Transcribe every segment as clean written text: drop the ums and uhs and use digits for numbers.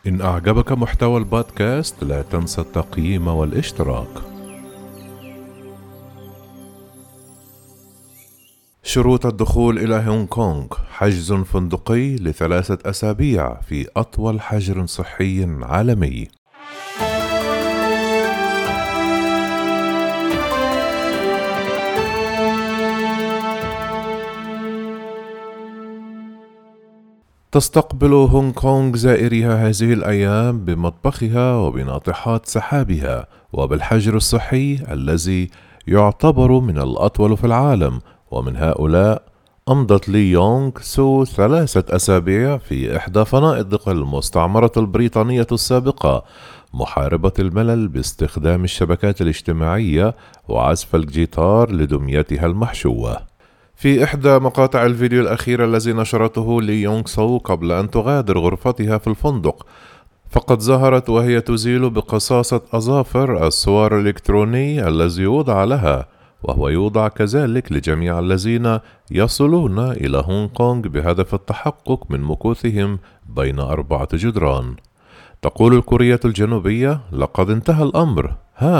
إن أعجبك محتوى البودكاست لا تنسى التقييم والاشتراك. شروط الدخول إلى هونغ كونغ: حجز فندقي ل3 أسابيع في أطول حجر صحي عالمي. تستقبل هونغ كونغ زائريها هذه الأيام بمطبخها وبناطحات سحابها وبالحجر الصحي الذي يعتبر من الأطول في العالم. ومن هؤلاء أمضت لي يونغ سو 3 أسابيع في إحدى فنادق المستعمرة البريطانية السابقة، محاربة الملل باستخدام الشبكات الاجتماعية وعزف الجيتار لدميتها المحشوة. في إحدى مقاطع الفيديو الأخيرة الذي نشرته لي يونغ سو قبل أن تغادر غرفتها في الفندق، فقد ظهرت وهي تزيل بقصاصة أظافر السوار الإلكتروني الذي يوضع لها، وهو يوضع كذلك لجميع الذين يصلون إلى هونغ كونغ بهدف التحقق من مكوثهم بين 4 جدران. تقول الكورية الجنوبية: لقد انتهى الأمر،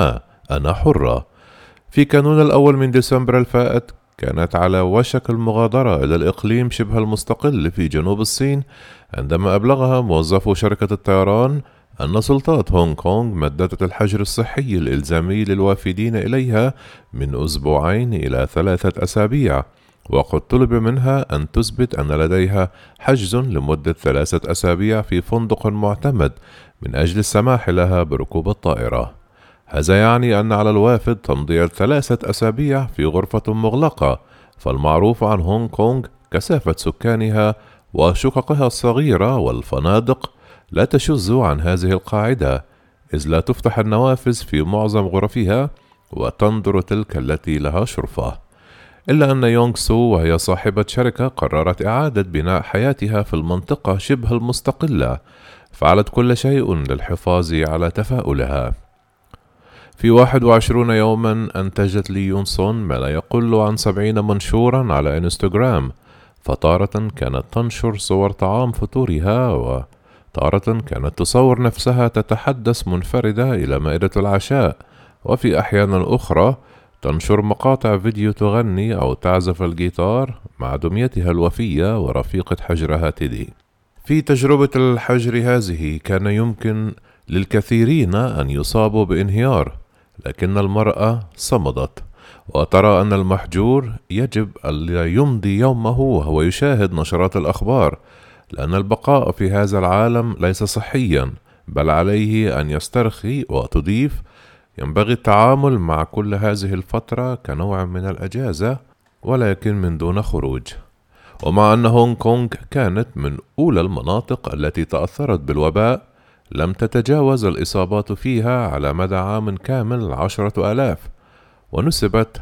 أنا حرة. في كانون الأول من ديسمبر الفائت كانت على وشك المغادرة إلى الإقليم شبه المستقل في جنوب الصين، عندما أبلغها موظفو شركة الطيران أن سلطات هونغ كونغ مددت الحجر الصحي الإلزامي للوافدين إليها من أسبوعين إلى 3 أسابيع، وقد طلب منها أن تثبت أن لديها حجز لمدة 3 أسابيع في فندق معتمد من أجل السماح لها بركوب الطائرة. هذا يعني أن على الوافد تمضي 3 أسابيع في غرفة مغلقة، فالمعروف عن هونغ كونغ كثافة سكانها وشققها الصغيرة، والفنادق لا تشذ عن هذه القاعدة، إذ لا تفتح النوافذ في معظم غرفها وتندر تلك التي لها شرفة. إلا أن يونغ سو وهي صاحبة شركة قررت إعادة بناء حياتها في المنطقة شبه المستقلة، فعلت كل شيء للحفاظ على تفاؤلها. في 21 يوما أنتجت لي يون سون ما لا يقل عن 70 منشورا على إنستغرام، فتارة كانت تنشر صور طعام فطورها، وتارة كانت تصور نفسها تتحدث منفردة إلى مائدة العشاء، وفي أحيان أخرى تنشر مقاطع فيديو تغني أو تعزف الجيتار مع دميتها الوفية ورفيقة حجرها تيدي. في تجربة الحجر هذه كان يمكن للكثيرين أن يصابوا بانهيار، لكن المرأة صمدت، وترى أن المحجور يجب ألا يمضي يومه وهو يشاهد نشرات الأخبار، لأن البقاء في هذا العالم ليس صحيا، بل عليه أن يسترخي. وتضيف: ينبغي التعامل مع كل هذه الفترة كنوع من الأجازة، ولكن من دون خروج. ومع أن هونغ كونغ كانت من أولى المناطق التي تأثرت بالوباء، لم تتجاوز الإصابات فيها على مدى عام كامل 10,000، ونسبت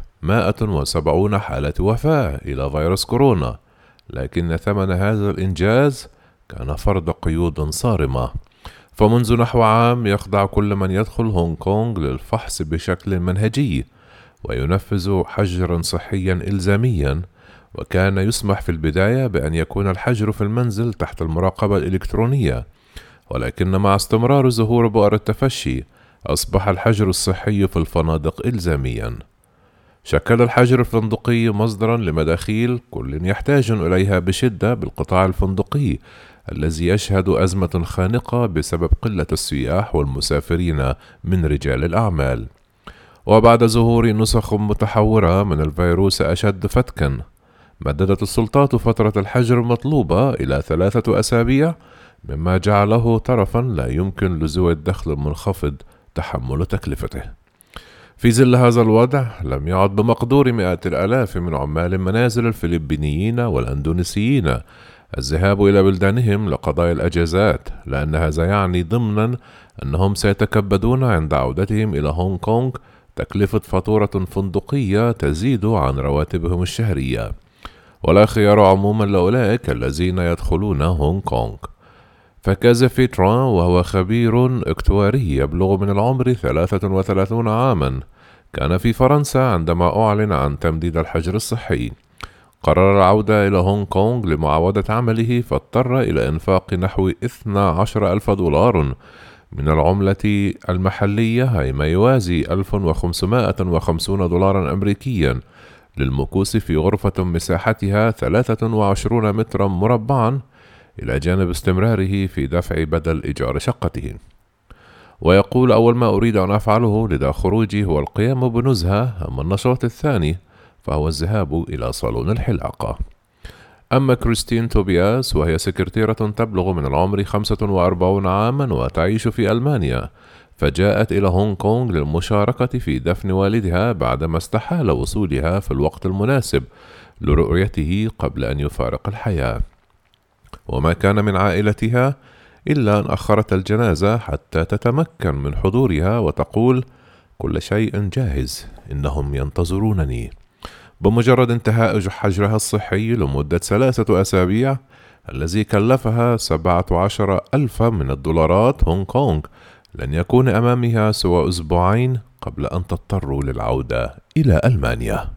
170 حالة وفاة إلى فيروس كورونا، لكن ثمن هذا الإنجاز كان فرض قيود صارمة. فمنذ نحو عام يخضع كل من يدخل هونغ كونغ للفحص بشكل منهجي، وينفذ حجرا صحيا إلزاميا، وكان يسمح في البداية بأن يكون الحجر في المنزل تحت المراقبة الإلكترونية، ولكن مع استمرار ظهور بؤر التفشي أصبح الحجر الصحي في الفنادق إلزاميا. شكل الحجر الفندقي مصدرا لمداخيل كل يحتاج إليها بشدة بالقطاع الفندقي الذي يشهد أزمة خانقة بسبب قلة السياح والمسافرين من رجال الأعمال. وبعد ظهور نسخ متحورة من الفيروس أشد فتكا، مددت السلطات فترة الحجر المطلوبة إلى 3 أسابيع، مما جعله طرفا لا يمكن لذوي الدخل المنخفض تحمل تكلفته. في ظل هذا الوضع لم يعد بمقدور مئات الآلاف من عمال المنازل الفلبينيين والأندونيسيين الذهاب إلى بلدانهم لقضاء الأجازات، لأن هذا يعني ضمنا أنهم سيتكبدون عند عودتهم إلى هونغ كونغ تكلفة فاتورة فندقية تزيد عن رواتبهم الشهرية، ولا خيار عموما لأولئك الذين يدخلون هونغ كونغ. فكاز فيتران، وهو خبير اكتواري يبلغ من العمر 33 عاما، كان في فرنسا عندما أعلن عن تمديد الحجر الصحي. قرر العودة إلى هونغ كونغ لمعاودة عمله، فاضطر إلى إنفاق نحو 12,000 دولار من العملة المحلية، أي ما يوازي 1550 دولارا أمريكيا، للمكوس في غرفة مساحتها 23 مترا مربعا، إلى جانب استمراره في دفع بدل إيجار شقته. ويقول: أول ما أريد أن أفعله لدى خروجي هو القيام بنزهة، أما النشاط الثاني فهو الذهاب إلى صالون الحلاقة. أما كريستين توبياس، وهي سكرتيرة تبلغ من العمر 45 عاما وتعيش في ألمانيا، فجاءت إلى هونغ كونغ للمشاركة في دفن والدها بعدما استحال وصولها في الوقت المناسب لرؤيته قبل أن يفارق الحياة. وما كان من عائلتها إلا أن أخرت الجنازة حتى تتمكن من حضورها، وتقول: كل شيء جاهز، إنهم ينتظرونني. بمجرد انتهاء حجرها الصحي لمدة 3 أسابيع، الذي كلفها 17,000 من الدولارات هونغ كونغ، لن يكون أمامها سوى أسبوعين قبل أن تضطر للعودة إلى ألمانيا.